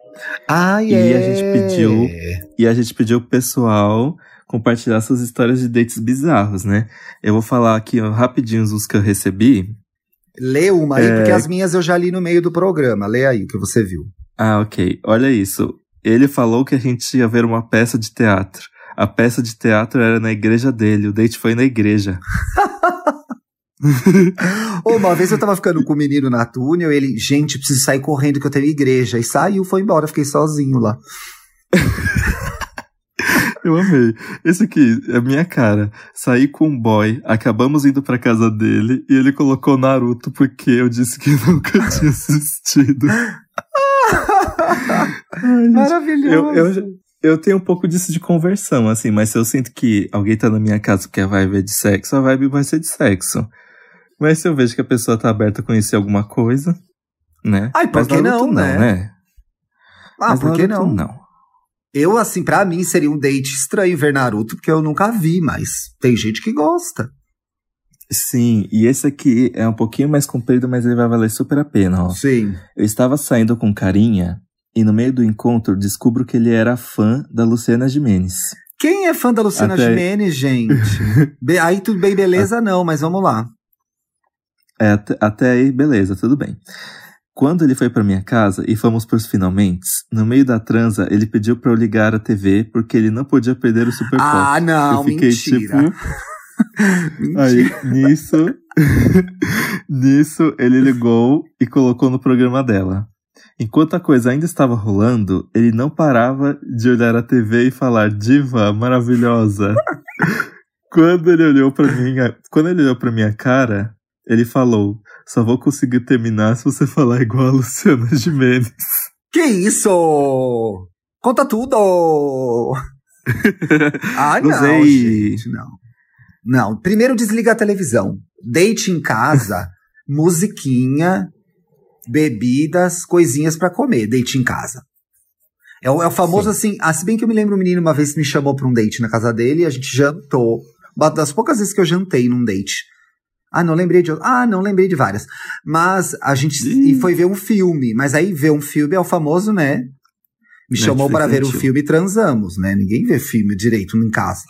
E a gente pediu pro pessoal compartilhar suas histórias de dates bizarros, né? Eu vou falar aqui rapidinho os que eu recebi. Lê uma aí, porque as minhas eu já li no meio do programa. Lê aí o que você viu. Ok. Olha isso. Ele falou que a gente ia ver uma peça de teatro. A peça de teatro era na igreja dele. O date foi na igreja. Uma vez eu tava ficando com o menino na túnel, ele, gente, preciso sair correndo que eu tenho igreja. E saiu, foi embora, fiquei sozinho lá. Eu amei. Esse aqui é minha cara. Saí com um boy, acabamos indo pra casa dele e ele colocou Naruto porque eu disse que nunca tinha assistido. Ai, maravilhoso. Eu tenho um pouco disso de conversão, assim, mas se eu sinto que alguém tá na minha casa porque a vibe é de sexo, a vibe vai ser de sexo. Mas se eu vejo que a pessoa tá aberta a conhecer alguma coisa, né? Por que não, né? Mas por que Naruto, não? Eu, assim, pra mim seria um date estranho ver Naruto, porque eu nunca vi, mas tem gente que gosta. Sim, e esse aqui é um pouquinho mais comprido, mas ele vai valer super a pena, ó. Sim. Eu estava saindo com carinha E no meio do encontro, descubro que ele era fã da Luciana Gimenez. Quem é fã da Luciana Gimenez, gente? Aí tudo bem, beleza não, mas vamos lá. Até aí, beleza, tudo bem. Quando ele foi pra minha casa e fomos pros finalmente, no meio da transa, ele pediu pra eu ligar a TV porque ele não podia perder o Super Pop. Ah, não, eu fiquei, mentira. Tipo... Aí, nisso, ele ligou e colocou no programa dela. Enquanto a coisa ainda estava rolando, ele não parava de olhar a TV e falar, diva, maravilhosa. Quando ele olhou pra minha cara, ele falou, só vou conseguir terminar se você falar igual a Luciana Gimenez. Que isso? Conta tudo! Ah, não, gente, não. Não, primeiro desliga a televisão. Deite em casa, musiquinha, bebidas, coisinhas pra comer. Deite em casa. É o famoso assim, se bem que eu me lembro um menino uma vez me chamou pra um date na casa dele e a gente jantou. Uma das poucas vezes que eu jantei num date. Não lembrei de várias. Mas a gente foi ver um filme. Mas aí ver um filme é o famoso, né? Me chamou para ver um filme e transamos, né? Ninguém vê filme direito em casa.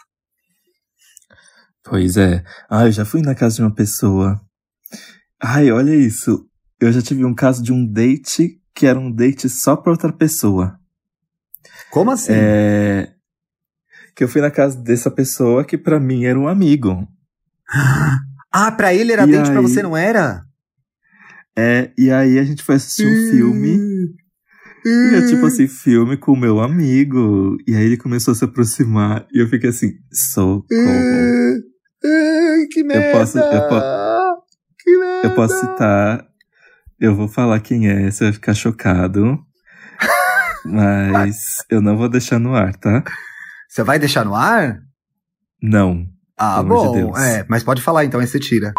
Pois é. Eu já fui na casa de uma pessoa. Olha isso. Eu já tive um caso de um date que era um date só pra outra pessoa. Como assim? Que eu fui na casa dessa pessoa que pra mim era um amigo. Pra ele era date, pra você não era? E aí a gente foi assistir um filme. E é tipo assim, filme com o meu amigo. E aí ele começou a se aproximar. E eu fiquei assim, socorro. Que merda! Eu posso citar. Eu vou falar quem é, você vai ficar chocado. Mas eu não vou deixar no ar, tá? Você vai deixar no ar? Não. Bom, de Deus. Mas pode falar então, aí você tira.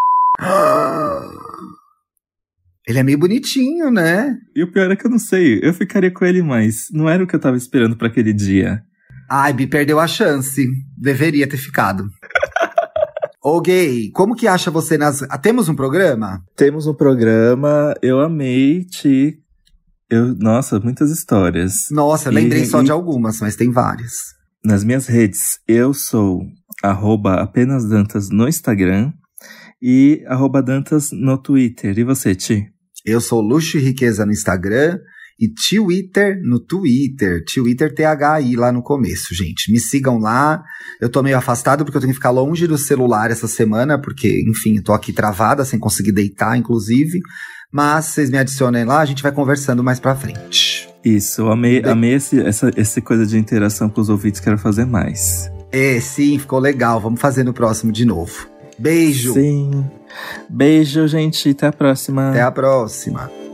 Ele é meio bonitinho, né? E o pior é que eu não sei, eu ficaria com ele, mas não era o que eu tava esperando pra aquele dia. Bi perdeu a chance. Deveria ter ficado. Ô, gay, como que acha você nas... Temos um programa? Temos um programa, eu amei Nossa, muitas histórias. Nossa, eu lembrei só de algumas, mas tem várias. Nas minhas redes, eu sou @apesdantas no Instagram e @dantas no Twitter. E você, Ti? Eu sou Luxo e Riqueza no Instagram e Twitter no Twitter. Twitter THI lá no começo, gente. Me sigam lá. Eu tô meio afastado porque eu tenho que ficar longe do celular essa semana, porque, enfim, eu tô aqui travada, sem conseguir deitar, inclusive. Mas vocês me adicionem lá, a gente vai conversando mais pra frente. Isso, eu amei essa coisa de interação com os ouvintes, quero fazer mais. Sim, ficou legal. Vamos fazer no próximo de novo. Beijo! Sim. Beijo, gente. Até a próxima. Até a próxima.